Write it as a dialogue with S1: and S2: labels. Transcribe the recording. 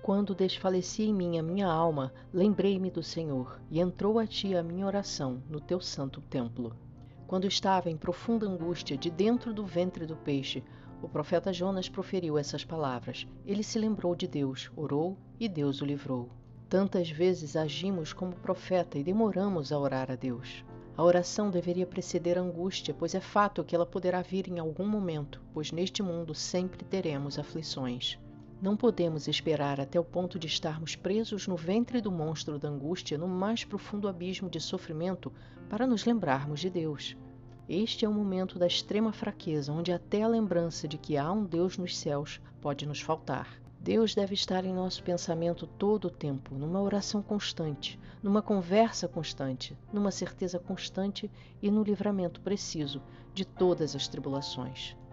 S1: Quando desfalecia em mim a minha alma, lembrei-me do Senhor, e entrou a ti a minha oração no teu santo templo. Quando estava em profunda angústia de dentro do ventre do peixe, o profeta Jonas proferiu essas palavras. Ele se lembrou de Deus, orou e Deus o livrou. Tantas vezes agimos como profeta e demoramos a orar a Deus. A oração deveria preceder a angústia, pois é fato que ela poderá vir em algum momento, pois neste mundo sempre teremos aflições. Não podemos esperar até o ponto de estarmos presos no ventre do monstro da angústia, no mais profundo abismo de sofrimento, para nos lembrarmos de Deus. Este é o momento da extrema fraqueza, onde até a lembrança de que há um Deus nos céus pode nos faltar. Deus deve estar em nosso pensamento todo o tempo, numa oração constante, numa conversa constante, numa certeza constante e no livramento preciso de todas as tribulações.